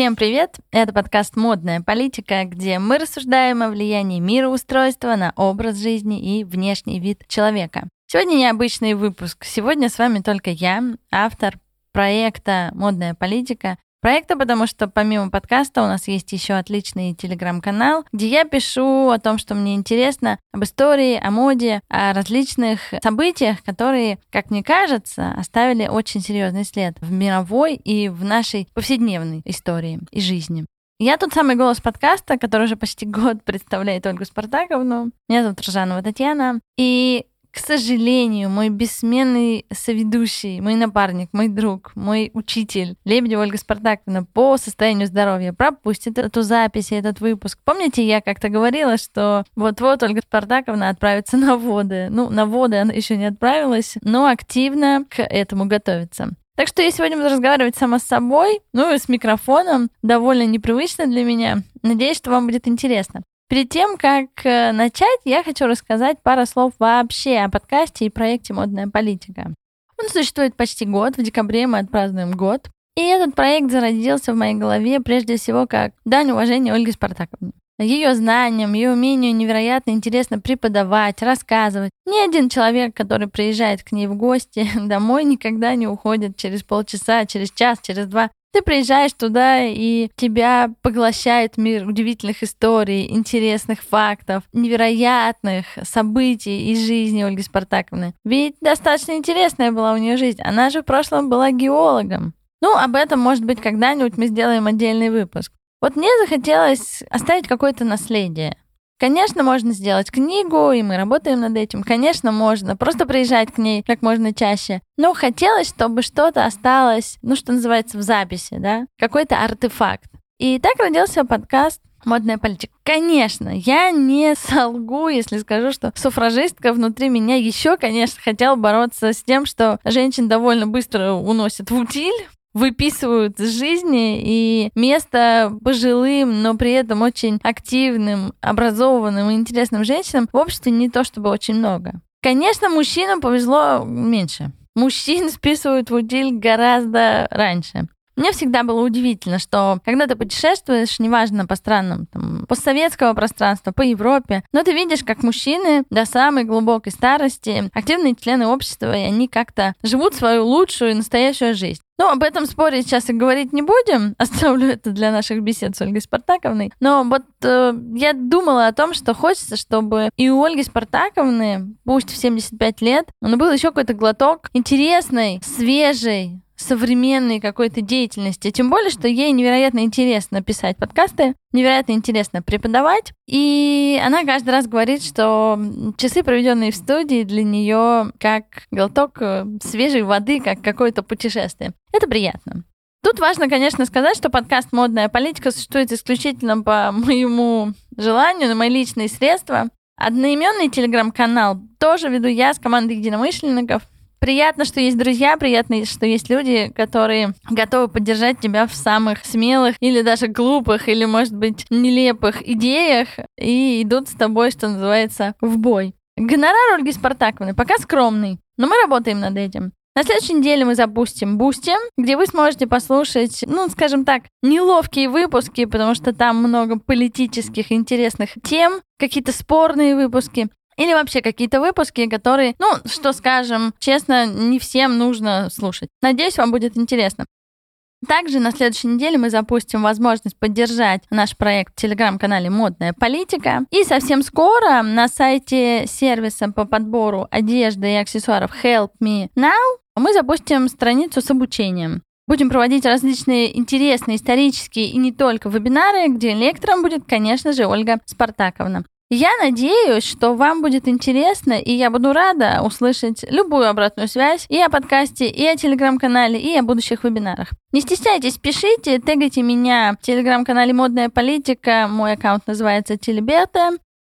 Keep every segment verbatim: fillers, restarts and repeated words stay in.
Всем привет! Это подкаст «Модная политика», где мы рассуждаем о влиянии мироустройства на образ жизни и внешний вид человека. Сегодня необычный выпуск. Сегодня с вами только я, автор проекта «Модная политика». Проекта, потому что помимо подкаста у нас есть еще отличный телеграм-канал, где я пишу о том, что мне интересно, об истории, о моде, о различных событиях, которые, как мне кажется, оставили очень серьезный след в мировой и в нашей повседневной истории и жизни. Я тот самый голос подкаста, который уже почти год представляет Ольгу Спартаковну. Меня зовут Ржанова Татьяна. И к сожалению, мой бессменный соведущий, мой напарник, мой друг, мой учитель Лебедева Ольга Спартаковна по состоянию здоровья пропустит эту запись и этот выпуск. Помните, я как-то говорила, что вот-вот Ольга Спартаковна отправится на воды. Ну, на воды она еще не отправилась, но активно к этому готовится. Так что я сегодня буду разговаривать сама с собой, ну и с микрофоном, довольно непривычно для меня. Надеюсь, что вам будет интересно. Перед тем, как начать, я хочу рассказать пару слов вообще о подкасте и проекте «Модная политика». Он существует почти год, в декабре мы отпразднуем год. И этот проект зародился в моей голове прежде всего как дань уважения Ольге Спартаковне. Ее знаниям, ее умению невероятно интересно преподавать, рассказывать. Ни один человек, который приезжает к ней в гости домой, никогда не уходит через полчаса, через час, через два. Ты приезжаешь туда, и тебя поглощает мир удивительных историй, интересных фактов, невероятных событий из жизни Ольги Спартаковны. Ведь достаточно интересная была у нее жизнь. Она же в прошлом была геологом. Ну, об этом, может быть, когда-нибудь мы сделаем отдельный выпуск. Вот мне захотелось оставить какое-то наследие. Конечно, можно сделать книгу, и мы работаем над этим. Конечно, можно просто приезжать к ней как можно чаще. Но хотелось, чтобы что-то осталось, ну, что называется, в записи, да? Какой-то артефакт. И так родился подкаст «Модная политика». Конечно, я не солгу, если скажу, что суфражистка внутри меня еще, конечно, хотела бороться с тем, что женщин довольно быстро уносят в утиль, выписывают из жизни, и место пожилым, но при этом очень активным, образованным и интересным женщинам в обществе не то чтобы очень много. Конечно, мужчинам повезло меньше. Мужчин списывают в утиль гораздо раньше. Мне всегда было удивительно, что когда ты путешествуешь, неважно по странам там, постсоветского пространства, по Европе, но ты видишь, как мужчины до самой глубокой старости активные члены общества, и они как-то живут свою лучшую и настоящую жизнь. Ну, об этом споре сейчас и говорить не будем, оставлю это для наших бесед с Ольгой Спартаковной. Но вот э, я думала о том, что хочется, чтобы и у Ольги Спартаковны, пусть в семьдесят пять лет, но был еще какой-то глоток интересной, свежей, современной какой-то деятельности. Тем более, что ей невероятно интересно писать подкасты, невероятно интересно преподавать. И она каждый раз говорит, что часы, проведенные в студии, для нее как глоток свежей воды, как какое-то путешествие. Это приятно. Тут важно, конечно, сказать, что подкаст «Модная политика» существует исключительно по моему желанию, на мои личные средства. Одноименный телеграм-канал тоже веду я с командой единомышленников. Приятно, что есть друзья, приятно, что есть люди, которые готовы поддержать тебя в самых смелых или даже глупых, или, может быть, нелепых идеях и идут с тобой, что называется, в бой. Гонорар Ольги Спартаковны пока скромный, но мы работаем над этим. На следующей неделе мы запустим Boosty, где вы сможете послушать, ну, скажем так, неловкие выпуски, потому что там много политических интересных тем, какие-то спорные выпуски. Или вообще какие-то выпуски, которые, ну, что скажем, честно, не всем нужно слушать. Надеюсь, вам будет интересно. Также на следующей неделе мы запустим возможность поддержать наш проект в телеграм-канале «Модная политика». И совсем скоро на сайте сервиса по подбору одежды и аксессуаров Help Me Now мы запустим страницу с обучением. Будем проводить различные интересные исторические и не только вебинары, где лектором будет, конечно же, Ольга Спартаковна. Я надеюсь, что вам будет интересно, и я буду рада услышать любую обратную связь и о подкасте, и о телеграм-канале, и о будущих вебинарах. Не стесняйтесь, пишите, тегайте меня в телеграм-канале «Модная политика». Мой аккаунт называется Телеберта.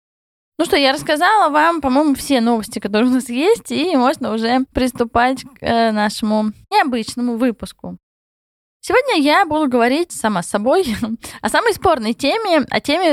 Ну что, я рассказала вам, по-моему, все новости, которые у нас есть, и можно уже приступать к э, нашему необычному выпуску. Сегодня я буду говорить сама с собой о самой спорной теме, о теме,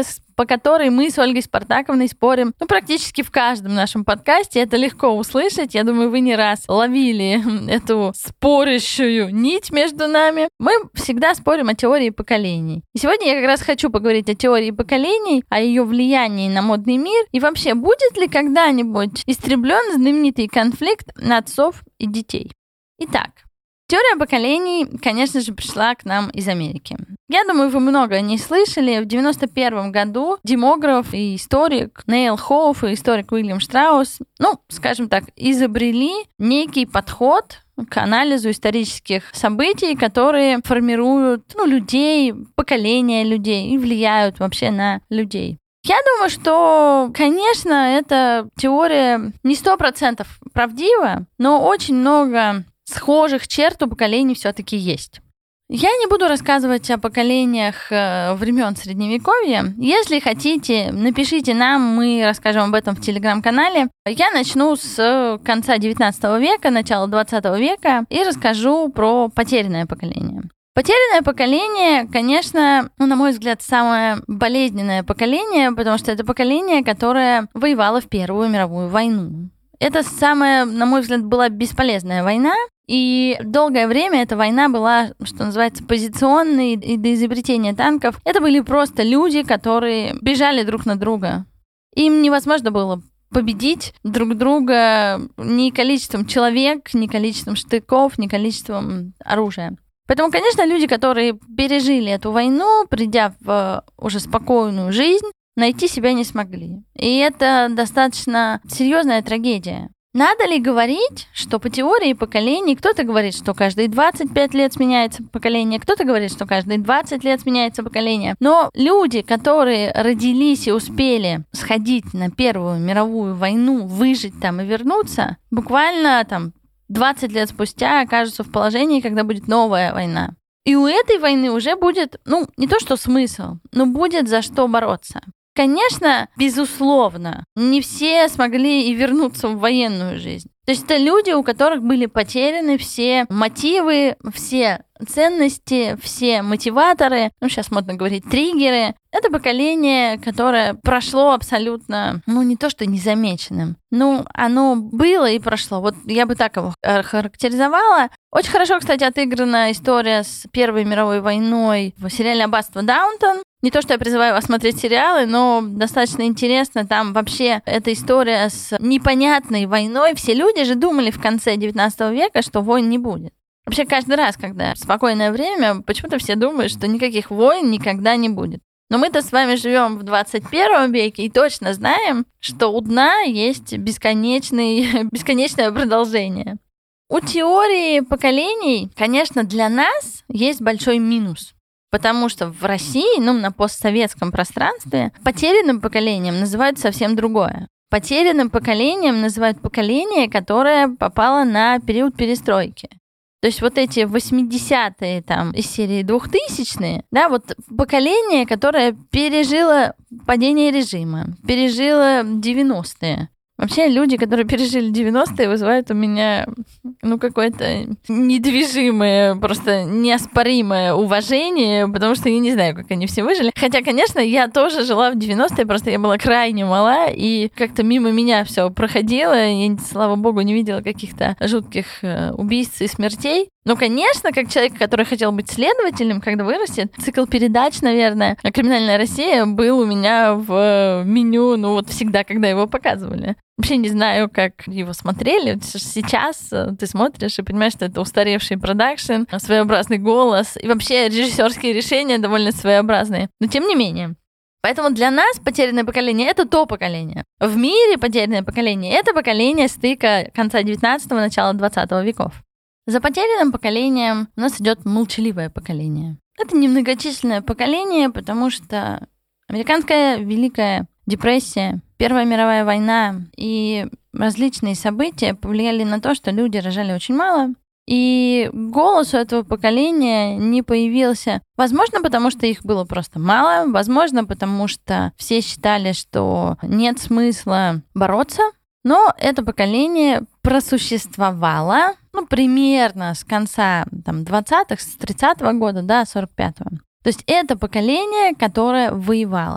по которой мы с Ольгой Спартаковной спорим ну, практически в каждом нашем подкасте. Это легко услышать. Я думаю, вы не раз ловили эту спорящую нить между нами. Мы всегда спорим о теории поколений. И сегодня я как раз хочу поговорить о теории поколений, о ее влиянии на модный мир и вообще, будет ли когда-нибудь истреблен знаменитый конфликт отцов и детей. Итак, теория поколений, конечно же, пришла к нам из Америки. Я думаю, вы много не слышали. В девяносто первом году демограф и историк Нейл Хоуфф и историк Уильям Штраус, ну, скажем так, изобрели некий подход к анализу исторических событий, которые формируют ну, людей, поколения людей и влияют вообще на людей. Я думаю, что, конечно, эта теория не сто процентов правдива, но очень много схожих черт у поколений все-таки есть. Я не буду рассказывать о поколениях времен Средневековья. Если хотите, напишите нам, мы расскажем об этом в Телеграм-канале. Я начну с конца девятнадцатого века, начала двадцатого века и расскажу про потерянное поколение. Потерянное поколение, конечно, ну, на мой взгляд, самое болезненное поколение, потому что это поколение, которое воевало в Первую мировую войну. Это самая, на мой взгляд, была бесполезная война, и долгое время эта война была, что называется, позиционной, и до изобретения танков. Это были просто люди, которые бежали друг на друга. Им невозможно было победить друг друга ни количеством человек, ни количеством штыков, ни количеством оружия. Поэтому, конечно, люди, которые пережили эту войну, придя в уже спокойную жизнь, найти себя не смогли. И это достаточно серьезная трагедия. Надо ли говорить, что по теории поколений кто-то говорит, что каждые двадцать пять лет сменяется поколение, кто-то говорит, что каждые двадцать лет сменяется поколение. Но люди, которые родились и успели сходить на Первую мировую войну, выжить там и вернуться, буквально там двадцать лет спустя окажутся в положении, когда будет новая война. И у этой войны уже будет, ну, не то что смысл, но будет за что бороться. Конечно, безусловно, не все смогли и вернуться в военную жизнь. То есть это люди, у которых были потеряны все мотивы, все ценности, все мотиваторы, ну, сейчас модно говорить, триггеры. Это поколение, которое прошло абсолютно, ну, не то что незамеченным, ну, оно было и прошло. Вот я бы так его характеризовала. Очень хорошо, кстати, отыграна история с Первой мировой войной в сериале «Аббатство Даунтон». Не то, что я призываю вас смотреть сериалы, но достаточно интересно. Там вообще эта история с непонятной войной. Все люди же думали в конце девятнадцатого века, что войн не будет. Вообще каждый раз, когда спокойное время, почему-то все думают, что никаких войн никогда не будет. Но мы-то с вами живем в двадцать первом веке и точно знаем, что у дна есть бесконечный, бесконечное продолжение. У теории поколений, конечно, для нас есть большой минус. Потому что в России, ну, на постсоветском пространстве, потерянным поколением называют совсем другое. Потерянным поколением называют поколение, которое попало на период перестройки. То есть вот эти восьмидесятые там из серии двухтысячные, да, вот поколение, которое пережило падение режима, пережило девяностые. Вообще люди, которые пережили девяностые, вызывают у меня, ну, какое-то недвижимое, просто неоспоримое уважение, потому что я не знаю, как они все выжили. Хотя, конечно, я тоже жила в девяностые, просто я была крайне мала, и как-то мимо меня все проходило. Я, слава богу, не видела каких-то жутких убийств и смертей. Ну, конечно, как человек, который хотел быть следователем, когда вырастет, цикл передач, наверное, «Криминальная Россия» был у меня в меню, ну, вот всегда, когда его показывали. Вообще не знаю, как его смотрели. Сейчас ты смотришь и понимаешь, что это устаревший продакшн, своеобразный голос, и вообще режиссерские решения довольно своеобразные. Но тем не менее. Поэтому для нас потерянное поколение — это то поколение. В мире потерянное поколение — это поколение стыка конца девятнадцатого, начала двадцатого веков. За потерянным поколением у нас идет молчаливое поколение. Это немногочисленное поколение, потому что американская Великая депрессия, Первая мировая война и различные события повлияли на то, что люди рожали очень мало, и голос у этого поколения не появился. Возможно, потому что их было просто мало, возможно, потому что все считали, что нет смысла бороться. Но это поколение просуществовало, ну, примерно с конца там, двадцатых, с тридцатого года до сорок пятого. То есть это поколение, которое воевало.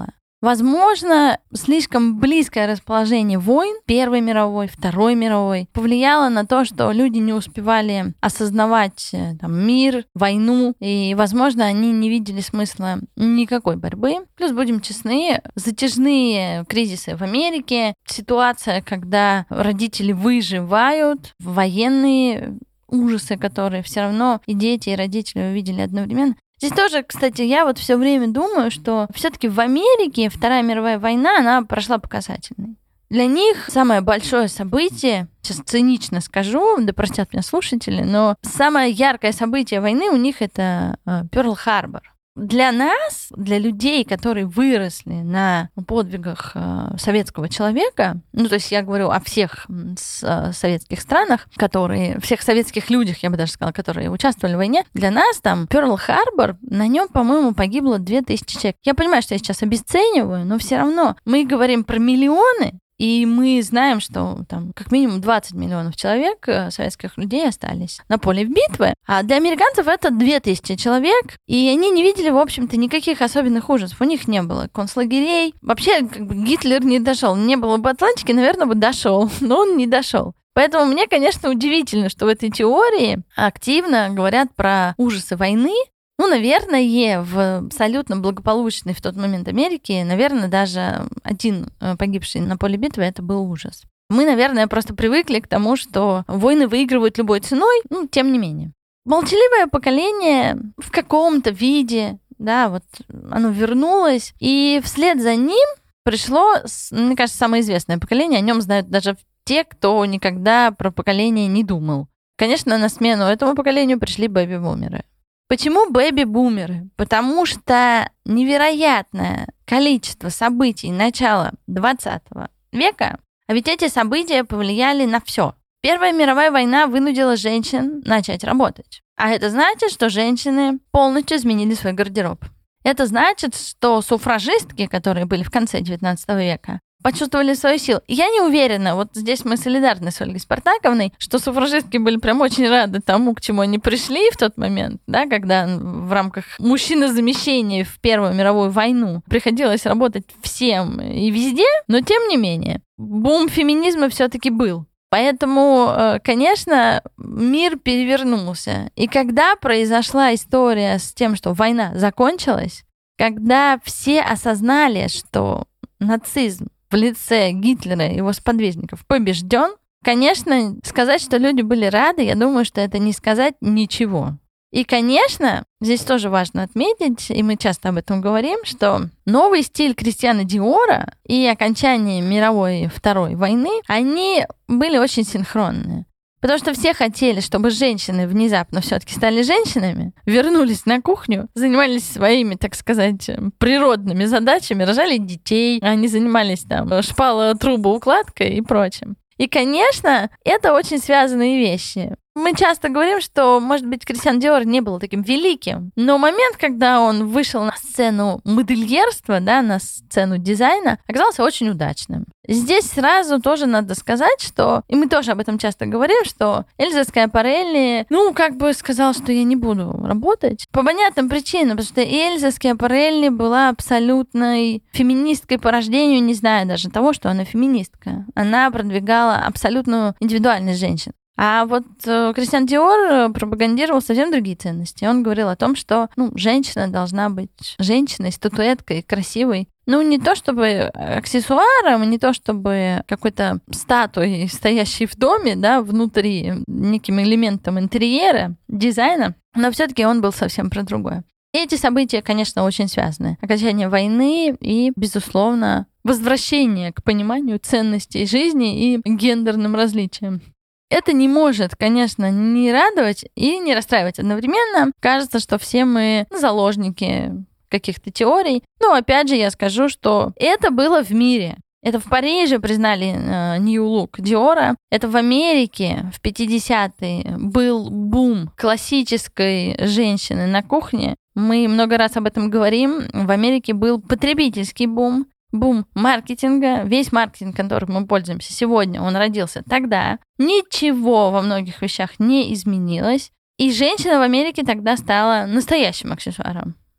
Возможно, слишком близкое расположение войн, Первой мировой, Второй мировой, повлияло на то, что люди не успевали осознавать там, мир, войну, и, возможно, они не видели смысла никакой борьбы. Плюс, будем честны, затяжные кризисы в Америке, ситуация, когда родители выживают, военные ужасы, которые все равно и дети, и родители увидели одновременно. Здесь тоже, кстати, я вот все время думаю, что все-таки в Америке Вторая мировая война, она прошла показательной. Для них самое большое событие, сейчас цинично скажу, да простят меня слушатели, но самое яркое событие войны у них это Пёрл-Харбор. Для нас, для людей, которые выросли на подвигах советского человека, ну, то есть я говорю о всех советских странах, которые, всех советских людях, я бы даже сказала, которые участвовали в войне, для нас там Пёрл-Харбор, на нем, по-моему, погибло две тысячи человек. Я понимаю, что я сейчас обесцениваю, но все равно мы говорим про миллионы, и мы знаем, что там как минимум двадцать миллионов человек, советских людей, остались на поле битвы. А для американцев это две тысячи человек, и они не видели, в общем-то, никаких особенных ужасов. У них не было концлагерей. Вообще, как бы Гитлер не дошел. Не было бы Атлантики, наверное, бы дошел, но он не дошел. Поэтому мне, конечно, удивительно, что в этой теории активно говорят про ужасы войны. Ну, наверное, в абсолютно благополучной в тот момент Америке, наверное, даже один погибший на поле битвы, это был ужас. Мы, наверное, просто привыкли к тому, что войны выигрывают любой ценой, ну, тем не менее. Молчаливое поколение в каком-то виде, да, вот оно вернулось, и вслед за ним пришло, мне кажется, самое известное поколение, о нем знают даже те, кто никогда про поколение не думал. Конечно, на смену этому поколению пришли бэби-бумеры. Почему бэби-бумеры? Потому что невероятное количество событий начала двадцатого века, а ведь эти события повлияли на все. Первая мировая война вынудила женщин начать работать. А это значит, что женщины полностью изменили свой гардероб. Это значит, что суфражистки, которые были в конце девятнадцатого века, почувствовали свою силу. Я не уверена, вот здесь мы солидарны с Ольгой Спартаковной, что суфражистки были прям очень рады тому, к чему они пришли в тот момент, да, когда в рамках мужчинозамещения в Первую мировую войну приходилось работать всем и везде, но тем не менее, бум феминизма все-таки был. Поэтому, конечно, мир перевернулся. И когда произошла история с тем, что война закончилась, когда все осознали, что нацизм в лице Гитлера и его сподвижников побежден, конечно, сказать, что люди были рады, я думаю, что это не сказать ничего. И, конечно, здесь тоже важно отметить, и мы часто об этом говорим, что новый стиль Кристиана Диора и окончание мировой Второй войны, они были очень синхронные. Потому что все хотели, чтобы женщины внезапно все-таки стали женщинами, вернулись на кухню, занимались своими, так сказать, природными задачами, рожали детей, они занимались там шпало-трубоукладкой и прочим. И, конечно, это очень связанные вещи. Мы часто говорим, что, может быть, Кристиан Диор не был таким великим, но момент, когда он вышел на сцену модельерства, да, на сцену дизайна, оказался очень удачным. Здесь сразу тоже надо сказать, что, и мы тоже об этом часто говорим, что Эльза Скиапарелли, ну, как бы сказал, что я не буду работать. По понятным причинам, потому что Эльза Скиапарелли была абсолютной феминисткой по рождению, не зная даже того, что она феминистка. Она продвигала абсолютную индивидуальность женщин. А вот э, Кристиан Диор пропагандировал совсем другие ценности. Он говорил о том, что ну, женщина должна быть женщиной, статуэткой, красивой. Ну, не то чтобы аксессуаром, не то чтобы какой-то статуей, стоящей в доме, да, внутри, неким элементом интерьера, дизайна, но все-таки он был совсем про другое. И эти события, конечно, очень связаны. Окончание войны и, безусловно, возвращение к пониманию ценностей жизни и гендерным различиям. Это не может, конечно, не радовать и не расстраивать одновременно. Кажется, что все мы заложники каких-то теорий. Но опять же я скажу, что это было в мире. Это в Париже признали э, New Look Диора. Это в Америке в пятидесятые был бум классической женщины на кухне. Мы много раз об этом говорим. В Америке был потребительский бум. Бум маркетинга, весь маркетинг, которым мы пользуемся сегодня, он родился тогда. Ничего во многих вещах не изменилось. И женщина в Америке тогда стала настоящим аксессуаром.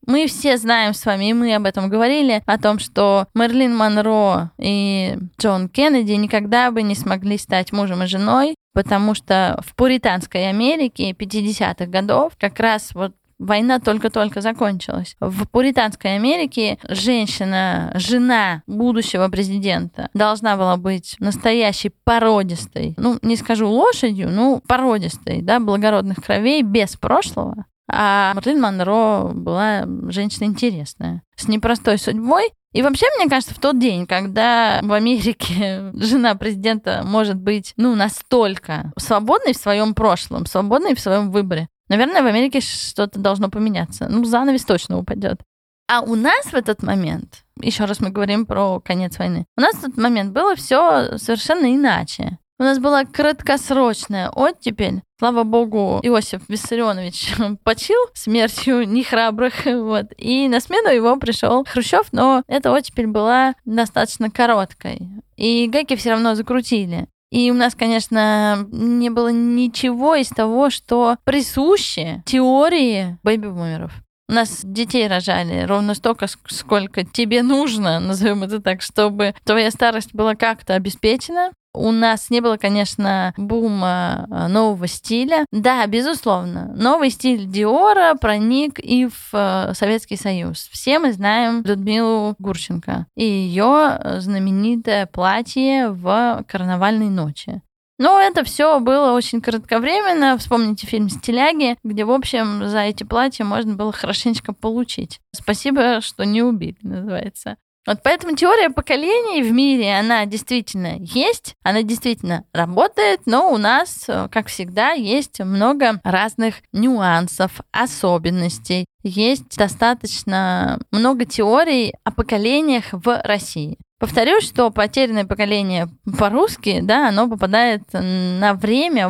Мы все знаем с вами, и мы об этом говорили, о том, что Мэрилин Монро и Джон Кеннеди никогда бы не смогли стать мужем и женой, потому что в пуританской Америке пятидесятых годов как раз вот война только-только закончилась. В пуританской Америке женщина, жена будущего президента должна была быть настоящей породистой, ну, не скажу лошадью, ну, породистой, да, благородных кровей, без прошлого. А Мэрилин Монро была женщина интересная, с непростой судьбой. И вообще, мне кажется, в тот день, когда в Америке жена президента может быть, ну, настолько свободной в своем прошлом, свободной в своем выборе, наверное, в Америке что-то должно поменяться. Ну, занавес точно упадет. А у нас в этот момент, еще раз мы говорим про конец войны, у нас в этот момент было все совершенно иначе. У нас была краткосрочная оттепель. Слава богу, Иосиф Виссарионович почил смертью нехрабрых. Вот. И на смену его пришел Хрущев, но эта оттепель была достаточно короткой. И гайки все равно закрутили. И у нас, конечно, не было ничего из того, что присуще теории бэйби-бумеров. У нас детей рожали ровно столько, сколько тебе нужно, назовем это так, чтобы твоя старость была как-то обеспечена. У нас не было, конечно, бума нового стиля. Да, безусловно, новый стиль Диора проник и в Советский Союз. Все мы знаем Людмилу Гурченко и ее знаменитое платье в «Карнавальной ночи». Но это все было очень кратковременно. Вспомните фильм «Стиляги», где, в общем, за эти платья можно было хорошенечко получить. Спасибо, что не убили, называется. Вот поэтому теория поколений в мире, она действительно есть, она действительно работает, но у нас, как всегда, есть много разных нюансов, особенностей. Есть достаточно много теорий о поколениях в России. Повторюсь, что «Потерянное поколение» по-русски, да, оно попадает на время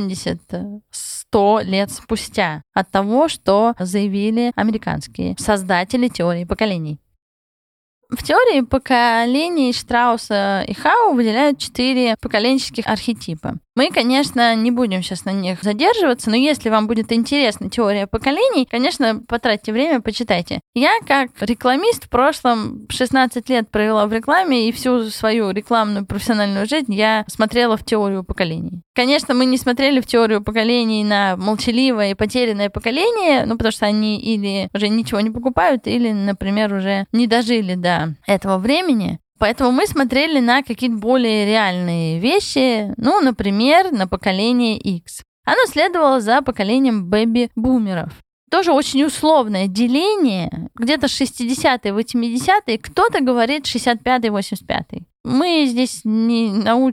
восемьдесят-сто лет спустя от того, что заявили американские создатели теории поколений. В теории поколений Штрауса и Хау выделяют четыре поколенческих архетипа. Мы, конечно, не будем сейчас на них задерживаться, но если вам будет интересна теория поколений, конечно, потратьте время, почитайте. Я, как рекламист, в прошлом шестнадцать лет провела в рекламе, и всю свою рекламную профессиональную жизнь я смотрела в теорию поколений. Конечно, мы не смотрели в теорию поколений на молчаливое и потерянное поколение, ну, потому что они или уже ничего не покупают, или, например, уже не дожили до этого времени. Поэтому мы смотрели на какие-то более реальные вещи, ну, например, на поколение X. Оно следовало за поколением бэби-бумеров. Тоже очень условное деление, где-то шестидесятые, восьмидесятые, кто-то говорит шестьдесят пятый, восемьдесят пятый. Мы здесь не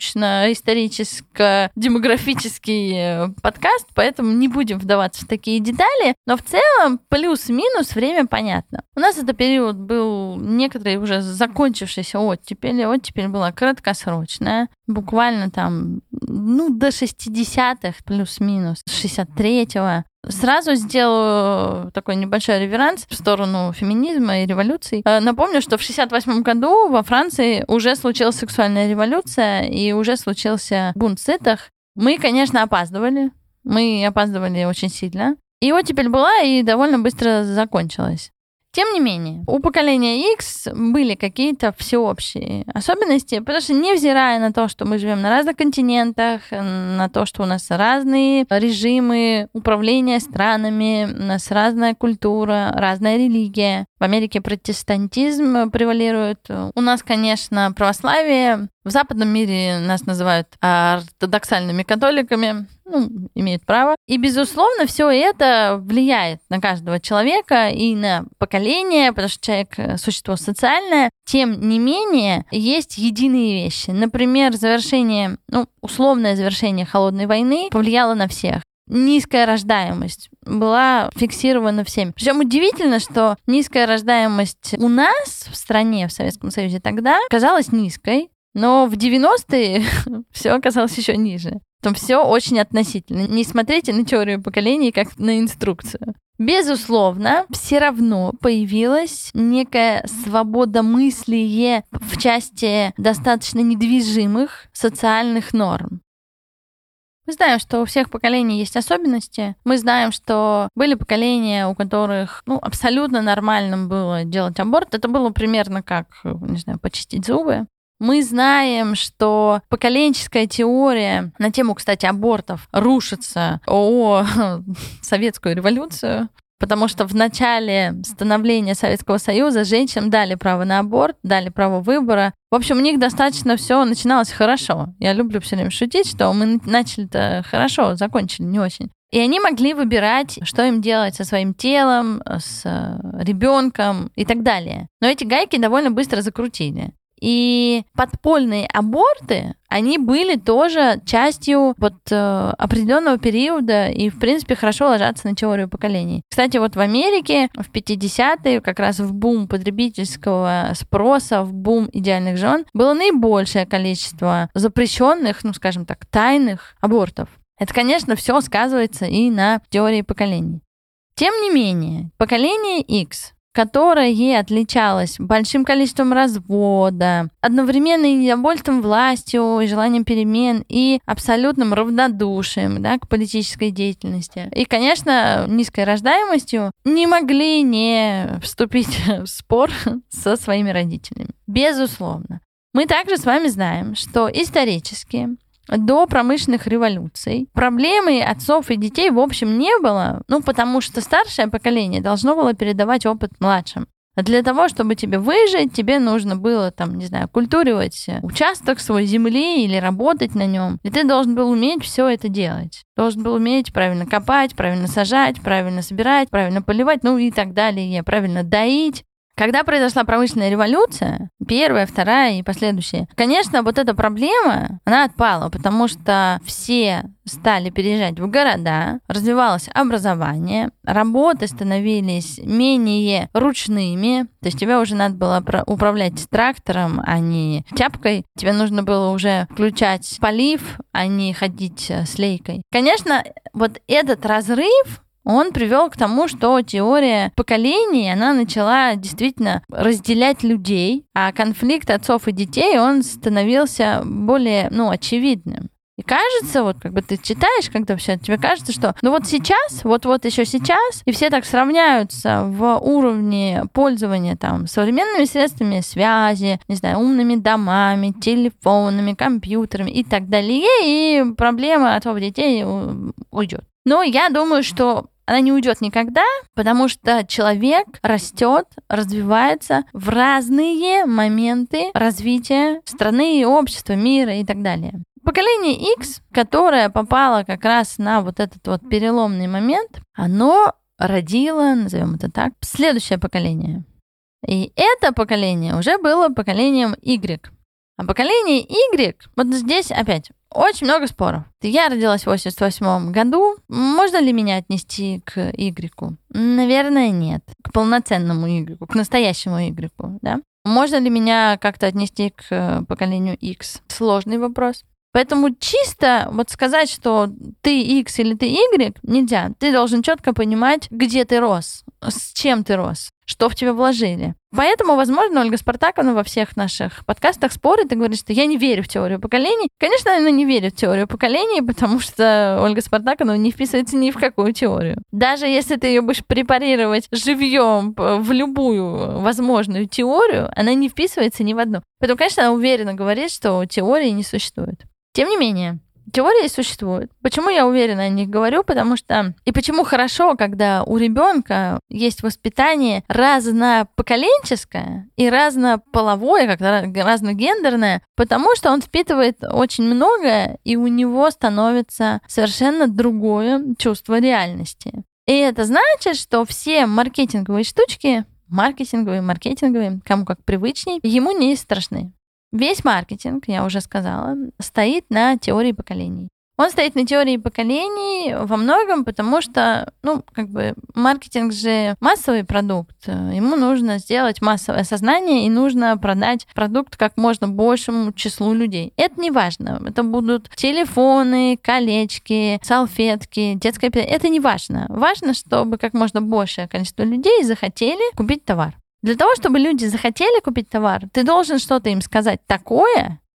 научно-историческо-демографический подкаст, поэтому не будем вдаваться в такие детали, но в целом плюс-минус время понятно. У нас этот период был некоторые уже закончившийся оттепель, оттепель была краткосрочная, буквально там, ну, до шестидесятых плюс-минус, шестьдесят третьего. Сразу сделаю такой небольшой реверанс в сторону феминизма и революций. Напомню, что в шестьдесят восьмом году во Франции уже случилась сексуальная революция и уже случился бунт сытых. Мы, конечно, опаздывали. Мы опаздывали очень сильно. И оттепель была и довольно быстро закончилась. Тем не менее, у поколения X были какие-то всеобщие особенности, потому что, невзирая на то, что мы живем на разных континентах, на то, что у нас разные режимы управления странами, у нас разная культура, разная религия. В Америке протестантизм превалирует. У нас, конечно, православие. В западном мире нас называют ортодоксальными католиками. Ну, имеют право. И, безусловно, все это влияет на каждого человека и на поколение, потому что человек — существо социальное. Тем не менее, есть единые вещи. Например, завершение, ну, условное завершение холодной войны повлияло на всех. Низкая рождаемость была фиксирована всеми. Причем удивительно, что низкая рождаемость у нас в стране, в Советском Союзе тогда, казалась низкой, но в девяностые все оказалось еще ниже. Там все очень относительно. Не смотрите на теорию поколений как на инструкцию. Безусловно, все равно появилась некая свободомыслие в части достаточно недвижимых социальных норм. Мы знаем, что у всех поколений есть особенности. Мы знаем, что были поколения, у которых ну, абсолютно нормальным было делать аборт. Это было примерно как, не знаю, почистить зубы. Мы знаем, что поколенческая теория на тему, кстати, абортов рушится о советскую революцию, потому что в начале становления Советского Союза женщинам дали право на аборт, дали право выбора. В общем, у них достаточно все начиналось хорошо. Я люблю все время шутить, что мы начали-то хорошо, закончили не очень. И они могли выбирать, что им делать со своим телом, с ребенком и так далее. Но эти гайки довольно быстро закрутили. И подпольные аборты, они были тоже частью вот э, определенного периода и, в принципе, хорошо ложатся на теорию поколений. Кстати, вот в Америке в пятидесятые, как раз в бум потребительского спроса, в бум идеальных жен, было наибольшее количество запрещенных, ну, скажем так, тайных абортов. Это, конечно, все сказывается и на теории поколений. Тем не менее, поколение X, которое отличалось большим количеством развода, одновременным недовольством властью и желанием перемен и абсолютным равнодушием, да, к политической деятельности. И, конечно, низкой рождаемостью, не могли не вступить в спор со своими родителями. Безусловно. Мы также с вами знаем, что исторически до промышленных революций проблемы отцов и детей в общем не было, ну, потому что старшее поколение должно было передавать опыт младшим. А для того, чтобы тебе выжить, тебе нужно было, там, не знаю, культивировать участок своей земли или работать на нем. И ты должен был уметь все это делать. Должен был уметь правильно копать, правильно сажать, правильно собирать, правильно поливать, ну и так далее, правильно доить. Когда произошла промышленная революция, первая, вторая и последующие, конечно, вот эта проблема, она отпала, потому что все стали переезжать в города, развивалось образование, работы становились менее ручными, то есть тебе уже надо было управлять трактором, а не тяпкой, тебе нужно было уже включать полив, а не ходить с лейкой. Конечно, вот этот разрыв, он привел к тому, что теория поколений, она начала действительно разделять людей, а конфликт отцов и детей, он становился более, ну, очевидным. И кажется, вот как бы ты читаешь, когда все, тебе кажется, что ну вот сейчас, вот-вот еще сейчас, и все так сравняются в уровне пользования там современными средствами связи, не знаю, умными домами, телефонами, компьютерами и так далее, и проблема отцов и детей уйдет. Но я думаю, что она не уйдет никогда, потому что человек растет, развивается в разные моменты развития страны, общества, мира и так далее. Поколение X, которое попало как раз на вот этот вот переломный момент, оно родило, назовем это так, следующее поколение. И это поколение уже было поколением Y. А поколение Y, вот здесь опять очень много споров. Я родилась в восемьдесят восьмом году. Можно ли меня отнести к Y? Наверное, нет. К полноценному Y, к настоящему Y, да? Можно ли меня как-то отнести к поколению X? Сложный вопрос. Поэтому чисто вот сказать, что ты X или ты Y, нельзя. Ты должен четко понимать, где ты рос, с чем ты рос, что в тебя вложили. Поэтому, возможно, Ольга Спартаковна во всех наших подкастах спорит и говорит, что я не верю в теорию поколений. Конечно, она не верит в теорию поколений, потому что Ольга Спартаковна не вписывается ни в какую теорию. Даже если ты ее будешь препарировать живьем в любую возможную теорию, она не вписывается ни в одну. Поэтому, конечно, она уверенно говорит, что теории не существует. Тем не менее, теории существуют. Почему я уверенно о них говорю? Потому что... И почему хорошо, когда у ребенка есть воспитание разнопоколенческое и разнополовое, как разногендерное, потому что он впитывает очень многое, и у него становится совершенно другое чувство реальности. И это значит, что все маркетинговые штучки, маркетинговые, маркетинговые, кому как привычней, ему не страшны. Весь маркетинг, я уже сказала, стоит на теории поколений. Он стоит на теории поколений во многом, потому что, ну, как бы маркетинг же массовый продукт. Ему нужно сделать массовое сознание и нужно продать продукт как можно большему числу людей. Это не важно. Это будут телефоны, колечки, салфетки, детское питание. Это не важно. Важно, чтобы как можно большее количество людей захотели купить товар. Для того, чтобы люди захотели купить товар, ты должен что-то им сказать такое,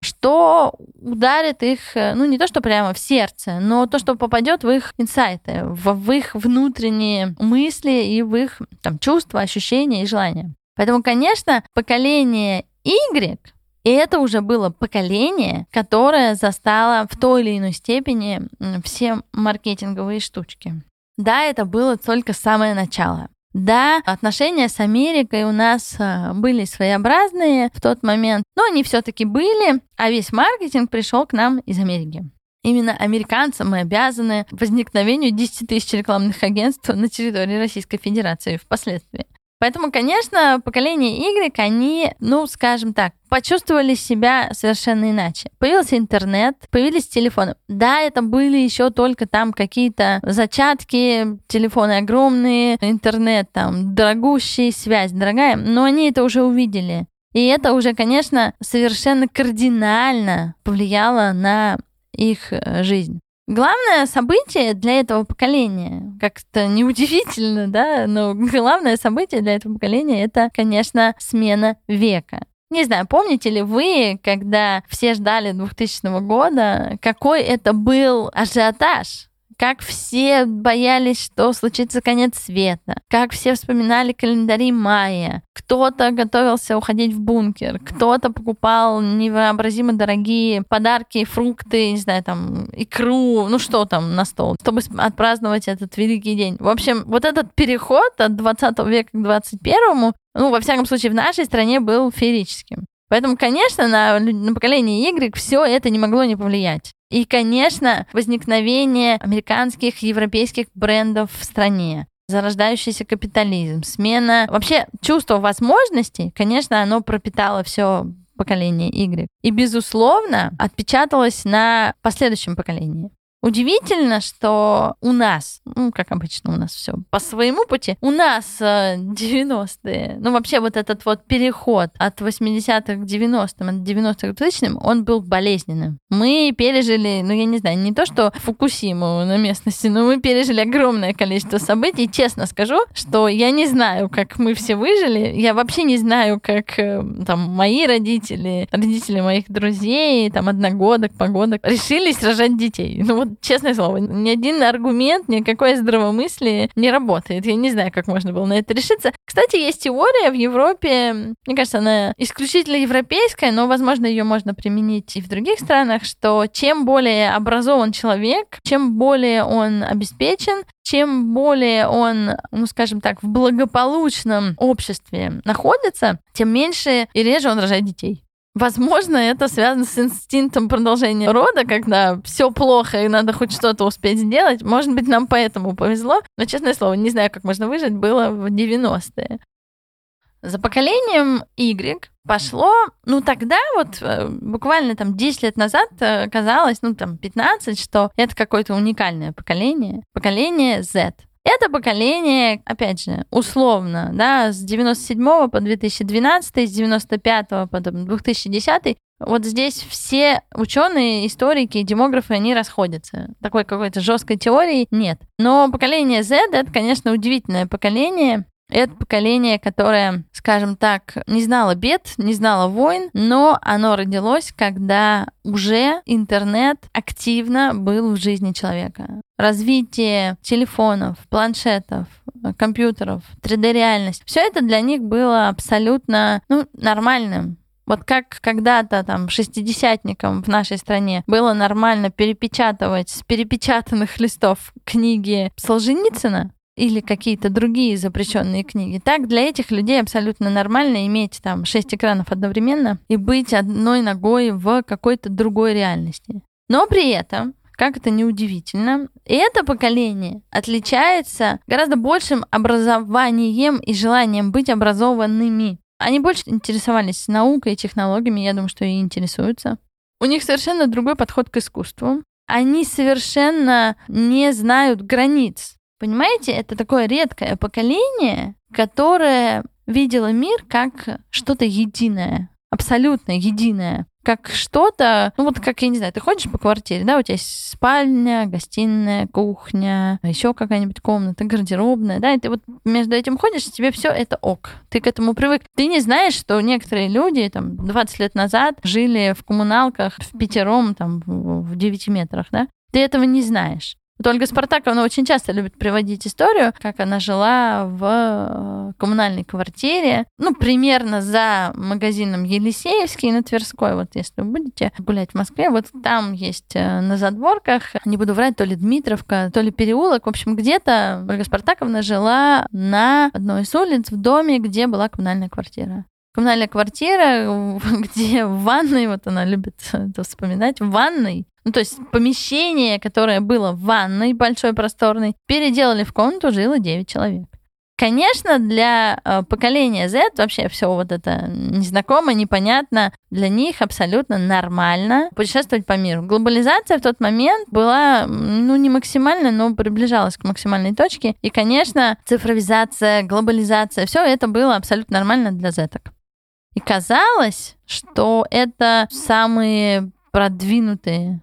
что ударит их, ну не то, что прямо в сердце, но то, что попадет в их инсайты, в, в их внутренние мысли и в их там, чувства, ощущения и желания. Поэтому, конечно, поколение Y, и это уже было поколение, которое застало в той или иной степени все маркетинговые штучки. Да, это было только самое начало. Да, отношения с Америкой у нас были своеобразные в тот момент, но они все-таки были, а весь маркетинг пришел к нам из Америки. Именно американцам мы обязаны возникновению десять тысяч рекламных агентств на территории Российской Федерации впоследствии. Поэтому, конечно, поколение Y, они, ну, скажем так, почувствовали себя совершенно иначе. Появился интернет, появились телефоны. Да, это были еще только там какие-то зачатки, телефоны огромные, интернет там дорогущий, связь дорогая, но они это уже увидели. И это уже, конечно, совершенно кардинально повлияло на их жизнь. Главное событие для этого поколения, как-то неудивительно, да, но главное событие для этого поколения — это, конечно, смена века. Не знаю, помните ли вы, когда все ждали двухтысячного года, какой это был ажиотаж? Как все боялись, что случится конец света, как все вспоминали календари майя. Кто-то готовился уходить в бункер, кто-то покупал невообразимо дорогие подарки, фрукты, не знаю, там, икру, ну что там на стол, чтобы отпраздновать этот великий день. В общем, вот этот переход от двадцатого века к двадцать первому, ну, во всяком случае, в нашей стране был феерическим. Поэтому, конечно, на, на поколение Y все это не могло не повлиять. И, конечно, возникновение американских, европейских брендов в стране, зарождающийся капитализм, смена, вообще чувство возможностей, конечно, оно пропитало все поколение Y. И, безусловно, отпечаталось на последующем поколении. Удивительно, что у нас, ну, как обычно у нас все по своему пути, у нас девяностые, ну, вообще вот этот вот переход от восьмидесятых к девяностым, от девяностых к двухтысячным, он был болезненным. Мы пережили, ну, я не знаю, не то, что Фукусиму на местности, но мы пережили огромное количество событий. Честно скажу, что я не знаю, как мы все выжили, я вообще не знаю, как там мои родители, родители моих друзей, там, одногодок, погодок решились рожать детей. Ну, вот честное слово, ни один аргумент, никакое здравомыслие не работает. Я не знаю, как можно было на это решиться. Кстати, есть теория в Европе, мне кажется, она исключительно европейская, но, возможно, ее можно применить и в других странах, что чем более образован человек, чем более он обеспечен, чем более он, ну, скажем так, в благополучном обществе находится, тем меньше и реже он рожает детей. Возможно, это связано с инстинктом продолжения рода, когда все плохо и надо хоть что-то успеть сделать. Может быть, нам поэтому повезло, но, честное слово, не знаю, как можно выжить, было в девяностые. За поколением Y пошло, ну тогда вот буквально там десять лет назад казалось, ну там пятнадцать, что это какое-то уникальное поколение, поколение Z. Это поколение, опять же, условно, да, с девяносто седьмого по две тысячи двенадцатый, с девяносто пятого по две тысячи десятый. Вот здесь все ученые, историки, демографы, они расходятся. Такой какой-то жесткой теории нет. Но поколение Z — это, конечно, удивительное поколение. Это поколение, которое, скажем так, не знало бед, не знало войн, но оно родилось, когда уже интернет активно был в жизни человека. Развитие телефонов, планшетов, компьютеров, три дэ-реальность — все это для них было абсолютно, ну, нормальным. Вот как когда-то там шестидесятникам в нашей стране было нормально перепечатывать с перепечатанных листов книги Солженицына, или какие-то другие запрещенные книги. Так для этих людей абсолютно нормально иметь там шесть экранов одновременно и быть одной ногой в какой-то другой реальности. Но при этом, как это ни удивительно, это поколение отличается гораздо большим образованием и желанием быть образованными. Они больше интересовались наукой и технологиями, я думаю, что и интересуются. У них совершенно другой подход к искусству. Они совершенно не знают границ. Понимаете, это такое редкое поколение, которое видело мир как что-то единое, абсолютно единое. как что-то, ну вот как, я не знаю, ты ходишь по квартире, да, у тебя есть спальня, гостиная, кухня, еще какая-нибудь комната, гардеробная, да, и ты вот между этим ходишь, и тебе все это ок. Ты к этому привык. Ты не знаешь, что некоторые люди там двадцать лет назад жили в коммуналках в пятером, там, в девяти метрах, да. Ты этого не знаешь. Вот Ольга Спартаковна очень часто любит приводить историю, как она жила в коммунальной квартире, ну, примерно за магазином Елисеевский на Тверской, вот если вы будете гулять в Москве, вот там есть на задворках, не буду врать, то ли Дмитровка, то ли переулок, в общем, где-то Ольга Спартаковна жила на одной из улиц в доме, где была коммунальная квартира. Коммунальная квартира, где в ванной, вот она любит это вспоминать, в ванной, ну, то есть помещение, которое было в ванной большой, просторной, переделали в комнату, жило девять человек. Конечно, для э, поколения Z вообще все вот это незнакомо, непонятно, для них абсолютно нормально путешествовать по миру. Глобализация в тот момент была, ну, не максимальная, но приближалась к максимальной точке. И, конечно, цифровизация, глобализация, все это было абсолютно нормально для Z-ок. И казалось, что это самые продвинутые,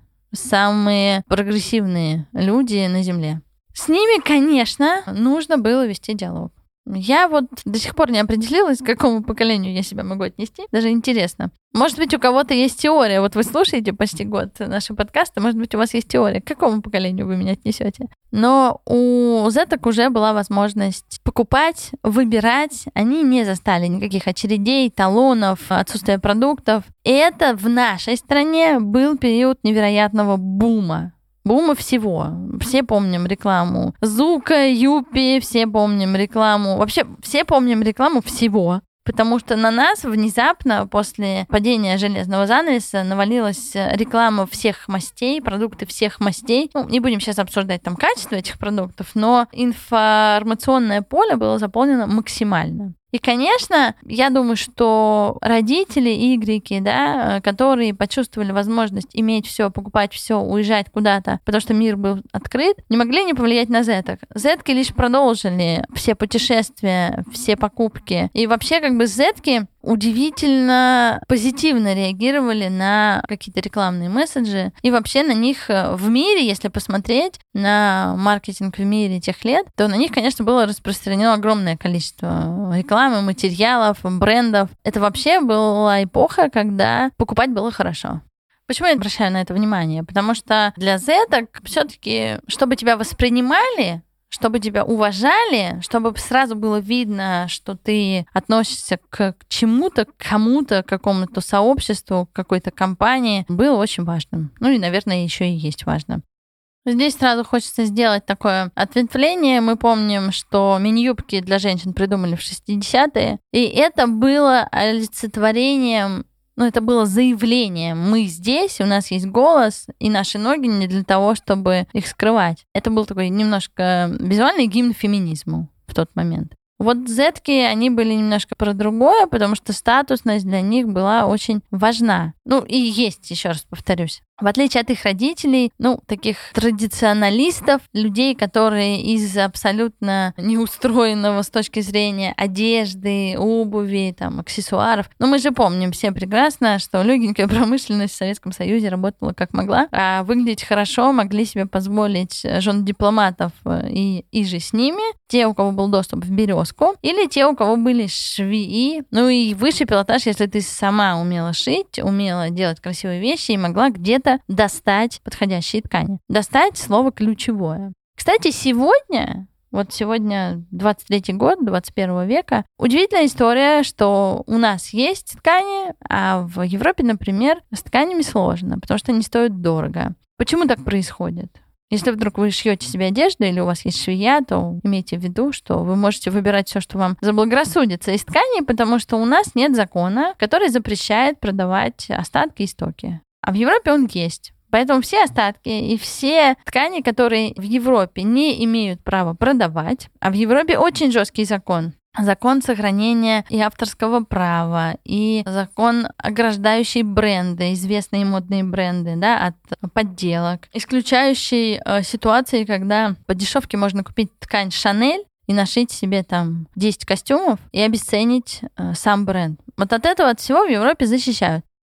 самые прогрессивные люди на Земле. С ними, конечно, нужно было вести диалог. Я вот до сих пор не определилась, к какому поколению я себя могу отнести. Даже интересно. Может быть, у кого-то есть теория. Вот вы слушаете почти год наши подкасты, может быть, у вас есть теория, к какому поколению вы меня отнесете. Но у зеток уже была возможность покупать, выбирать. Они не застали никаких очередей, талонов, отсутствия продуктов. И это в нашей стране был период невероятного бума. Бума всего. Все помним рекламу Зука, Юпи, все помним рекламу. Вообще, все помним рекламу всего. Потому что на нас внезапно после падения железного занавеса навалилась реклама всех мастей, продукты всех мастей. Ну, не будем сейчас обсуждать там качество этих продуктов, но информационное поле было заполнено максимально. И, конечно, я думаю, что родители, игреки, да, которые почувствовали возможность иметь все, покупать все, уезжать куда-то, потому что мир был открыт, не могли не повлиять на зеток. Зетки лишь продолжили все путешествия, все покупки. И вообще, как бы, зетки удивительно позитивно реагировали на какие-то рекламные месседжи. И вообще на них в мире, если посмотреть на маркетинг в мире тех лет, то на них, конечно, было распространено огромное количество рекламы, материалов, брендов. Это вообще была эпоха, когда покупать было хорошо. Почему я обращаю на это внимание? Потому что для зеток все-таки, чтобы тебя воспринимали, чтобы тебя уважали, чтобы сразу было видно, что ты относишься к чему-то, к кому-то, к какому-то сообществу, к какой-то компании, было очень важным. Ну и, наверное, еще и есть важно. Здесь сразу хочется сделать такое ответвление. Мы помним, что мини-юбки для женщин придумали в шестидесятые, и это было олицетворением, ну, это было заявлением. Мы здесь, у нас есть голос, и наши ноги не для того, чтобы их скрывать. Это был такой немножко визуальный гимн феминизму в тот момент. Вот зетки, они были немножко про другое, потому что статусность для них была очень важна. Ну, и есть, еще раз повторюсь. В отличие от их родителей, ну, таких традиционалистов, людей, которые из абсолютно неустроенного с точки зрения одежды, обуви, там, аксессуаров. Но мы же помним все прекрасно, что легенькая промышленность в Советском Союзе работала как могла, а выглядеть хорошо могли себе позволить жены дипломатов и, и же с ними, те, у кого был доступ в «Березку», или те, у кого были швеи. Ну и высший пилотаж, если ты сама умела шить, умела делать красивые вещи и могла где-то достать подходящие ткани. Достать — слово ключевое. Кстати, сегодня, вот сегодня двадцать третий год двадцать первого века, удивительная история, что у нас есть ткани, а в Европе, например, с тканями сложно, потому что они стоят дорого. Почему так происходит? Если вдруг вы шьете себе одежду или у вас есть швея, то имейте в виду, что вы можете выбирать все, что вам заблагорассудится из тканей, потому что у нас нет закона, который запрещает продавать остатки и стоки. А в Европе он есть. Поэтому все остатки и все ткани, которые в Европе не имеют права продавать, а в Европе очень жесткий закон. Закон сохранения и авторского права, и закон, ограждающий бренды, известные модные бренды, да, от подделок, исключающий э, ситуации, когда по дешевке можно купить ткань Шанель и нашить себе там десять костюмов и обесценить э, сам бренд. Вот от этого от всего в Европе защищают.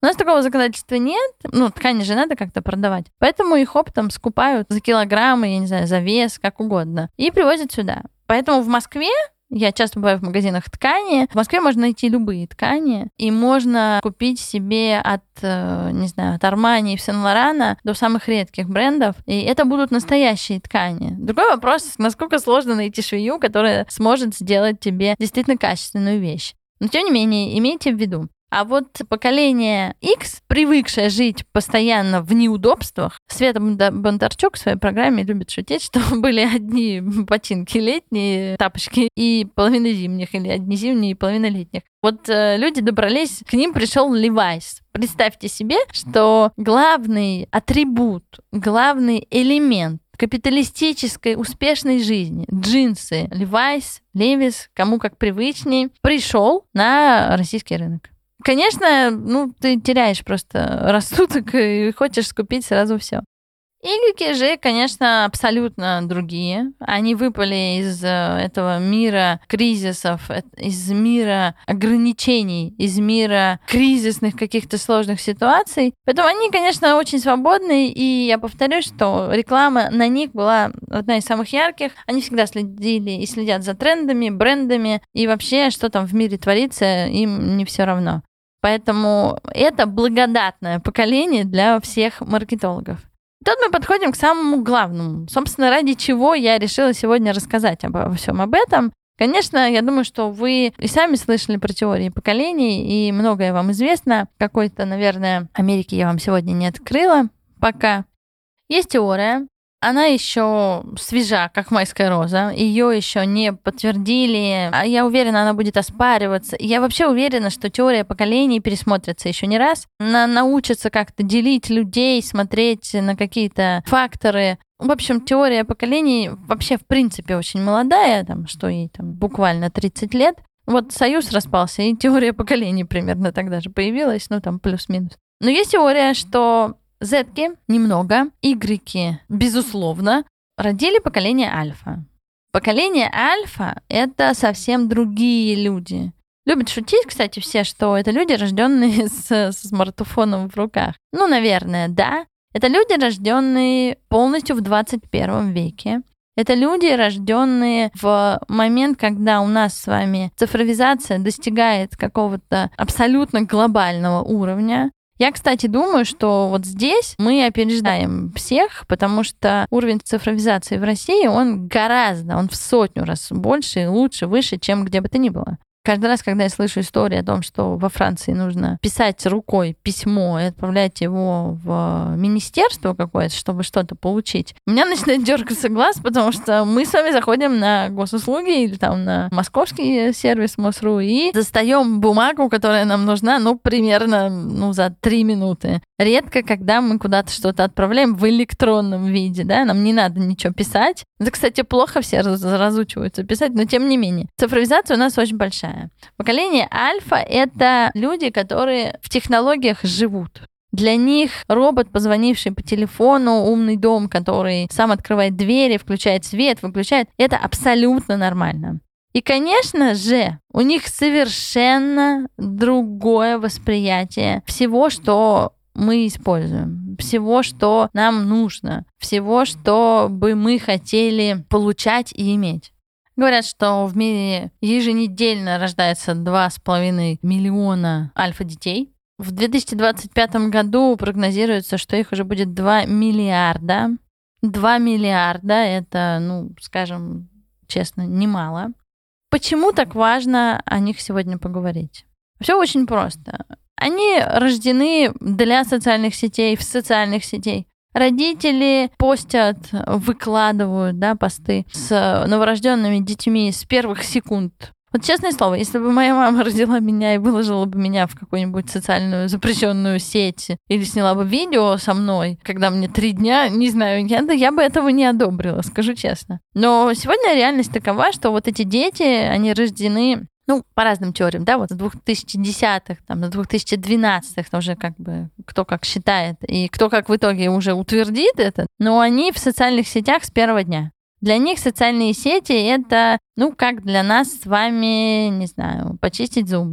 У нас такого законодательства нет, ну, ткани же надо как-то продавать, поэтому их оптом скупают за килограммы, я не знаю, за вес, как угодно, и привозят сюда. Поэтому в Москве, я часто бываю в магазинах ткани, в Москве можно найти любые ткани, и можно купить себе от, не знаю, от Armani и Saint-Laurent до самых редких брендов, и это будут настоящие ткани. Другой вопрос, насколько сложно найти швею, которая сможет сделать тебе действительно качественную вещь. Но, тем не менее, имейте в виду, а вот поколение X, привыкшее жить постоянно в неудобствах, Света Бондарчук в своей программе любит шутить, что были одни ботинки летние, тапочки и половина зимних, или одни зимние и половина летних. Вот э, люди добрались, к ним пришел Levi's. Представьте себе, что главный атрибут, главный элемент капиталистической успешной жизни, джинсы, Levi's, Levi's, кому как привычней, пришел на российский рынок. Конечно, ну, ты теряешь просто рассудок и хочешь скупить сразу все. Игреки же, конечно, абсолютно другие. Они выпали из этого мира кризисов, из мира ограничений, из мира кризисных каких-то сложных ситуаций. Поэтому они, конечно, очень свободны, и я повторюсь, что реклама на них была одна из самых ярких. Они всегда следили и следят за трендами, брендами, и вообще, что там в мире творится, им не все равно. Поэтому это благодатное поколение для всех маркетологов. Тут мы подходим к самому главному. Собственно, ради чего я решила сегодня рассказать обо всем об этом. Конечно, я думаю, что вы и сами слышали про теории поколений, и многое вам известно. Какой-то, наверное, Америки я вам сегодня не открыла пока. Есть теория. Она еще свежа, как майская роза. Ее еще не подтвердили. А я уверена, она будет оспариваться. Я вообще уверена, что теория поколений пересмотрится еще не раз. Она научится как-то делить людей, смотреть на какие-то факторы. В общем, теория поколений вообще в принципе очень молодая, там, что ей там буквально тридцать лет. Вот Союз распался, и теория поколений примерно тогда же появилась, ну там плюс-минус. Но есть теория, что Зетки немного, игреки, безусловно, родили поколение альфа. Поколение альфа — это совсем другие люди. Любят шутить, кстати, все, что это люди, рожденные с, с смартфоном в руках. Ну, наверное, да. Это люди, рожденные полностью в двадцать первом веке. Это люди, рожденные в момент, когда у нас с вами цифровизация достигает какого-то абсолютно глобального уровня. Я, кстати, думаю, что вот здесь мы опережаем всех, потому что уровень цифровизации в России, он гораздо, он в сотню раз больше, лучше, выше, чем где бы то ни было. Каждый раз, когда я слышу историю о том, что во Франции нужно писать рукой письмо и отправлять его в министерство какое-то, чтобы что-то получить, у меня начинает дергаться глаз, потому что мы с вами заходим на госуслуги или там на московский сервис МОСРУ и достаем бумагу, которая нам нужна, ну, примерно ну, за три минуты. Редко, когда мы куда-то что-то отправляем в электронном виде, да, нам не надо ничего писать. Это, кстати, плохо все разучиваются писать, но тем не менее. Цифровизация у нас очень большая. Поколение альфа — это люди, которые в технологиях живут. Для них робот, позвонивший по телефону, умный дом, который сам открывает двери, включает свет, выключает, это абсолютно нормально. И, конечно же, у них совершенно другое восприятие всего, что мы используем, всего, что нам нужно, всего, что бы мы хотели получать и иметь. Говорят, что в мире еженедельно рождается два с половиной миллиона альфа-детей. В две тысячи двадцать пятом году прогнозируется, что их уже будет два миллиарда. два миллиарда — это, ну, скажем честно, немало. Почему так важно о них сегодня поговорить? Все очень просто. Они рождены для социальных сетей, в социальных сетях. Родители постят, выкладывают, да, посты с новорожденными детьми с первых секунд. Вот честное слово, если бы моя мама родила меня и выложила бы меня в какую-нибудь социальную запрещенную сеть или сняла бы видео со мной, когда мне три дня, не знаю, я, я бы этого не одобрила, скажу честно. Но сегодня реальность такова, что вот эти дети, они рождены, ну, по разным теориям, да, вот с двухтысячных, там, с две тысячи двенадцатых уже как бы кто как считает, и кто как в итоге уже утвердит это, но они в социальных сетях с первого дня. Для них социальные сети — это, ну, как для нас с вами, не знаю, почистить зубы.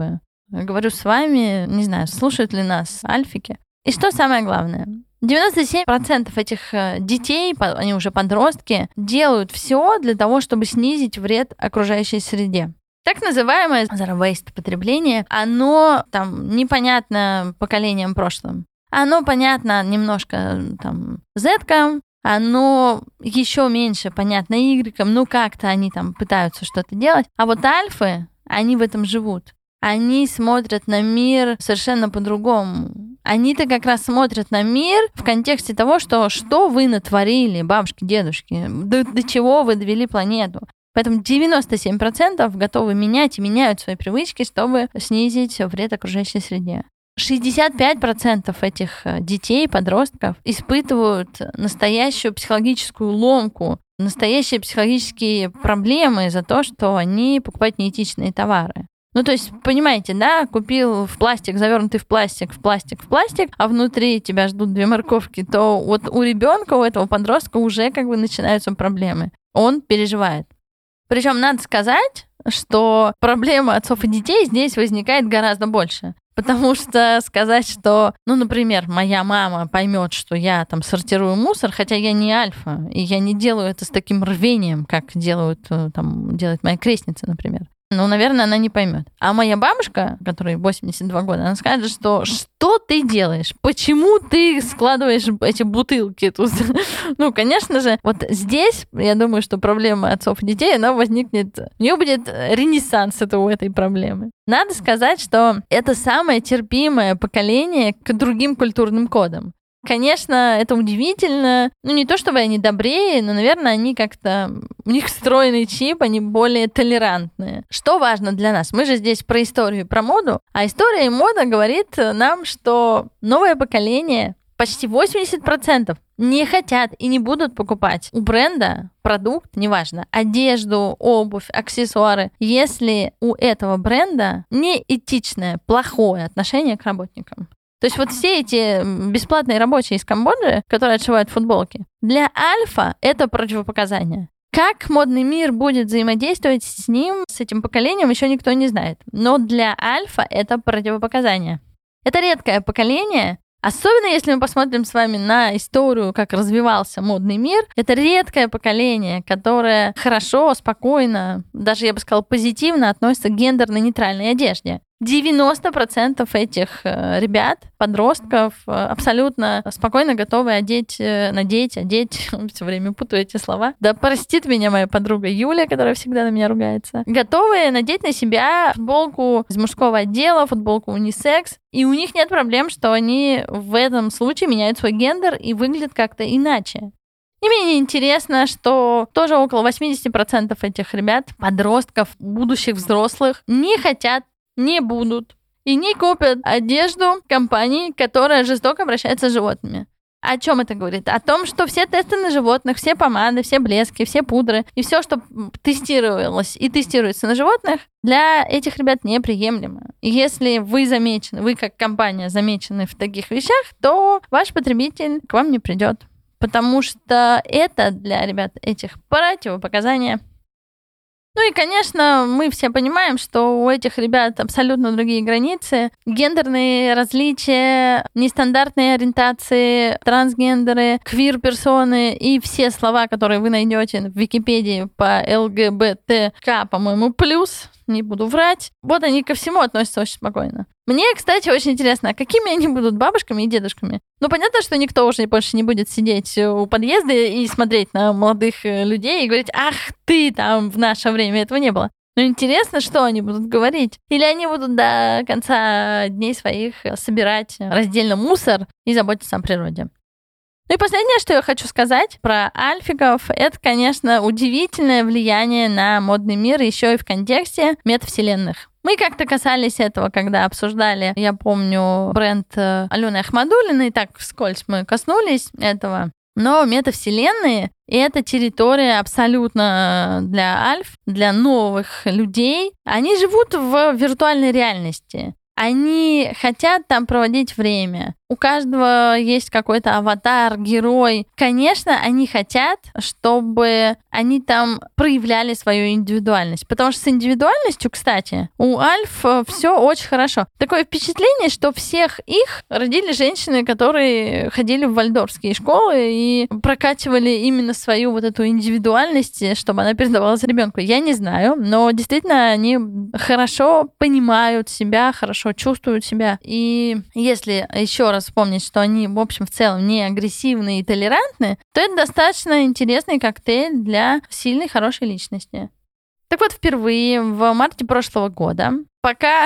говорю с вами, не знаю, слушают ли нас альфики. И что самое главное? девяносто семь процентов этих детей, они уже подростки, делают все для того, чтобы снизить вред окружающей среде. Так называемое zero waste потребление, оно там непонятно поколениям прошлым. Оно понятно немножко там зеткам, оно еще меньше понятно игрекам, ну как-то они там пытаются что-то делать. А вот альфы, они в этом живут. Они смотрят на мир совершенно по-другому. Они-то как раз смотрят на мир в контексте того, что что вы натворили, бабушки, дедушки, до, до чего вы довели планету. Поэтому девяносто семь процентов готовы менять и меняют свои привычки, чтобы снизить вред окружающей среде. шестьдесят пять процентов этих детей, подростков испытывают настоящую психологическую ломку, настоящие психологические проблемы за то, что они покупают неэтичные товары. Ну, то есть, понимаете, да, купил в пластик, завернутый в пластик, в пластик, в пластик, а внутри тебя ждут две морковки, то вот у ребенка, у этого подростка уже как бы начинаются проблемы. Он переживает. Причем надо сказать, что проблема отцов и детей здесь возникает гораздо больше. Потому что сказать, что, ну, например, моя мама поймет, что я там сортирую мусор, хотя я не альфа, и я не делаю это с таким рвением, как делают, там, делает моя крестница, например. Ну, наверное, она не поймет. А моя бабушка, которой восемьдесят два года, она скажет, что что ты делаешь? Почему ты складываешь эти бутылки тут? Ну, конечно же, вот здесь, я думаю, что проблема отцов и детей, она возникнет, у нее будет ренессанс этого, у этой проблемы. Надо сказать, что это самое терпимое поколение к другим культурным кодам. Конечно, это удивительно. Ну, не то, чтобы они добрее, но, наверное, они как-то... У них встроенный чип, они более толерантные. Что важно для нас? Мы же здесь про историю и про моду. А история и мода говорит нам, что новое поколение, почти восемьдесят процентов, не хотят и не будут покупать у бренда продукт, неважно, одежду, обувь, аксессуары, если у этого бренда неэтичное, плохое отношение к работникам. То есть вот все эти бесплатные рабочие из Камбоджи, которые отшивают футболки, для альфа это противопоказание. Как модный мир будет взаимодействовать с ним, с этим поколением, еще никто не знает. Но для альфа это противопоказание. Это редкое поколение, особенно если мы посмотрим с вами на историю, как развивался модный мир. Это редкое поколение, которое хорошо, спокойно, даже, я бы сказала, позитивно относится к гендерно-нейтральной одежде. девяносто процентов этих ребят, подростков, абсолютно спокойно готовы одеть, надеть, одеть, все время путаю эти слова. Да простит меня моя подруга Юля, которая всегда на меня ругается. Готовы надеть на себя футболку из мужского отдела, футболку унисекс, и у них нет проблем, что они в этом случае меняют свой гендер и выглядят как-то иначе. Не менее интересно, что тоже около восемьдесят процентов этих ребят, подростков, будущих взрослых, не хотят, не будут и не купят одежду компании, которая жестоко обращается с животными. О чем это говорит? О том, что все тесты на животных, все помады, все блески, все пудры и все, что тестировалось и тестируется на животных, для этих ребят неприемлемо. И если вы замечены, вы как компания замечены в таких вещах, то ваш потребитель к вам не придет. Потому что это для ребят этих противопоказания. Ну и, конечно, мы все понимаем, что у этих ребят абсолютно другие границы. Гендерные различия, нестандартные ориентации, трансгендеры, квир-персоны и все слова, которые вы найдете в Википедии по эл гэ бэ тэ ка, по-моему, плюс, не буду врать. Вот они ко всему относятся очень спокойно. Мне, кстати, очень интересно, а какими они будут бабушками и дедушками? Ну, понятно, что никто уже больше не будет сидеть у подъезда и смотреть на молодых людей и говорить: ах ты, там в наше время этого не было. Но интересно, что они будут говорить. Или они будут до конца дней своих собирать раздельно мусор и заботиться о природе. Ну и последнее, что я хочу сказать про альфиков, это, конечно, удивительное влияние на модный мир еще и в контексте метавселенных. Мы как-то касались этого, когда обсуждали, я помню, бренд Алены Ахмадуллиной, так вскользь мы коснулись этого. Но метавселенные — это территория абсолютно для альф, для новых людей. Они живут в виртуальной реальности. Они хотят там проводить время. у каждого есть какой-то аватар, герой. Конечно, они хотят, чтобы они там проявляли свою индивидуальность. Потому что с индивидуальностью, кстати, у альф все очень хорошо. Такое впечатление, что всех их родили женщины, которые ходили в вальдорфские школы и прокачивали именно свою вот эту индивидуальность, чтобы она передавалась ребенку. Я не знаю, но действительно они хорошо понимают себя, хорошо чувствуют себя. И если еще раз вспомнить, что они, в общем, в целом не агрессивные и толерантные, то это достаточно интересный коктейль для сильной, хорошей личности. Так вот, впервые в марте прошлого года, пока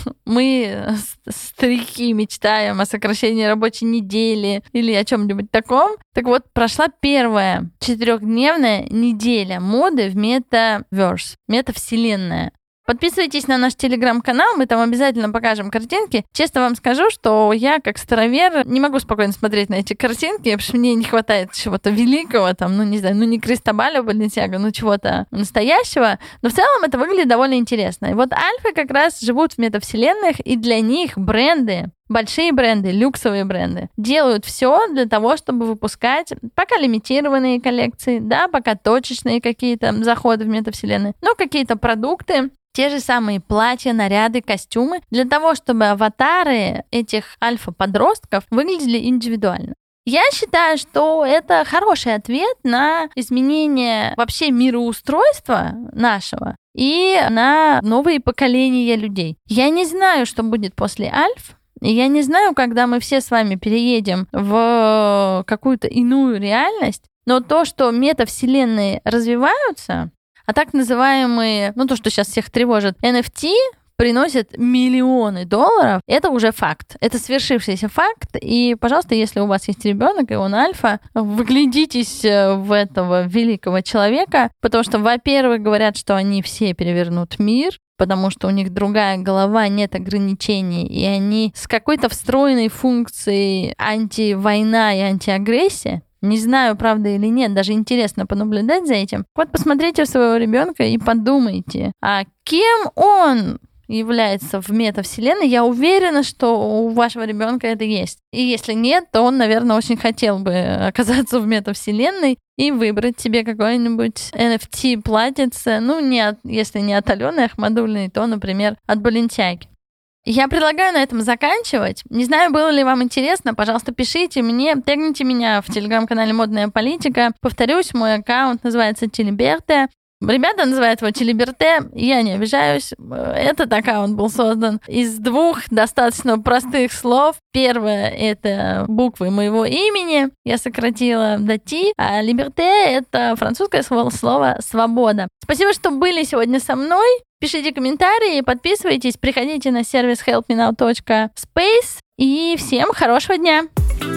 мы, старики, мечтаем о сокращении рабочей недели или о чем-нибудь таком, так вот, прошла первая четырехдневная неделя моды в метаверс, метавселенная. Подписывайтесь на наш телеграм-канал, мы там обязательно покажем картинки. Честно вам скажу, что я, как старовер, не могу спокойно смотреть на эти картинки, потому что мне не хватает чего-то великого, там, ну, не знаю, ну, не Кристобаля Баленсиаго, ну, чего-то настоящего. Но в целом это выглядит довольно интересно. И вот альфы как раз живут в метавселенных, и для них бренды, большие бренды, люксовые бренды, делают все для того, чтобы выпускать пока лимитированные коллекции, да, пока точечные какие-то заходы в метавселенные, но какие-то продукты, те же самые платья, наряды, костюмы, для того, чтобы аватары этих альфа-подростков выглядели индивидуально. Я считаю, что это хороший ответ на изменение вообще мироустройства нашего и на новые поколения людей. Я не знаю, что будет после альф. Я не знаю, когда мы все с вами переедем в какую-то иную реальность, но то, что метавселенные развиваются, а так называемые, ну то, что сейчас всех тревожит, эн эф ти приносят миллионы долларов, это уже факт. Это свершившийся факт. И, пожалуйста, если у вас есть ребенок, и он альфа, вглядитесь в этого великого человека, потому что, во-первых, говорят, что они все перевернут мир, потому что у них другая голова, нет ограничений, и они с какой-то встроенной функцией антивойна и антиагрессия. Не знаю, правда или нет, даже интересно понаблюдать за этим. Вот посмотрите в своего ребенка и подумайте, а кем он является в метавселенной. Я уверена, что у вашего ребенка это есть. И если нет, то он, наверное, очень хотел бы оказаться в метавселенной и выбрать себе какой-нибудь эн эф ти-платьице, ну, не от, если не от Алены Ахмадульной, то, например, от Баленсиаги. Я предлагаю на этом заканчивать. Не знаю, было ли вам интересно, пожалуйста, пишите мне, тегните меня в телеграм-канале «Модная политика». Повторюсь, мой аккаунт называется Тилиберте. Ребята называют его Тилиберте, я не обижаюсь. Этот аккаунт был создан из двух достаточно простых слов. Первое — это буквы моего имени, я сократила до Ти, а Либерте — это французское слово «свобода». Спасибо, что были сегодня со мной. Пишите комментарии, подписывайтесь, приходите на сервис help me now точка space и всем хорошего дня!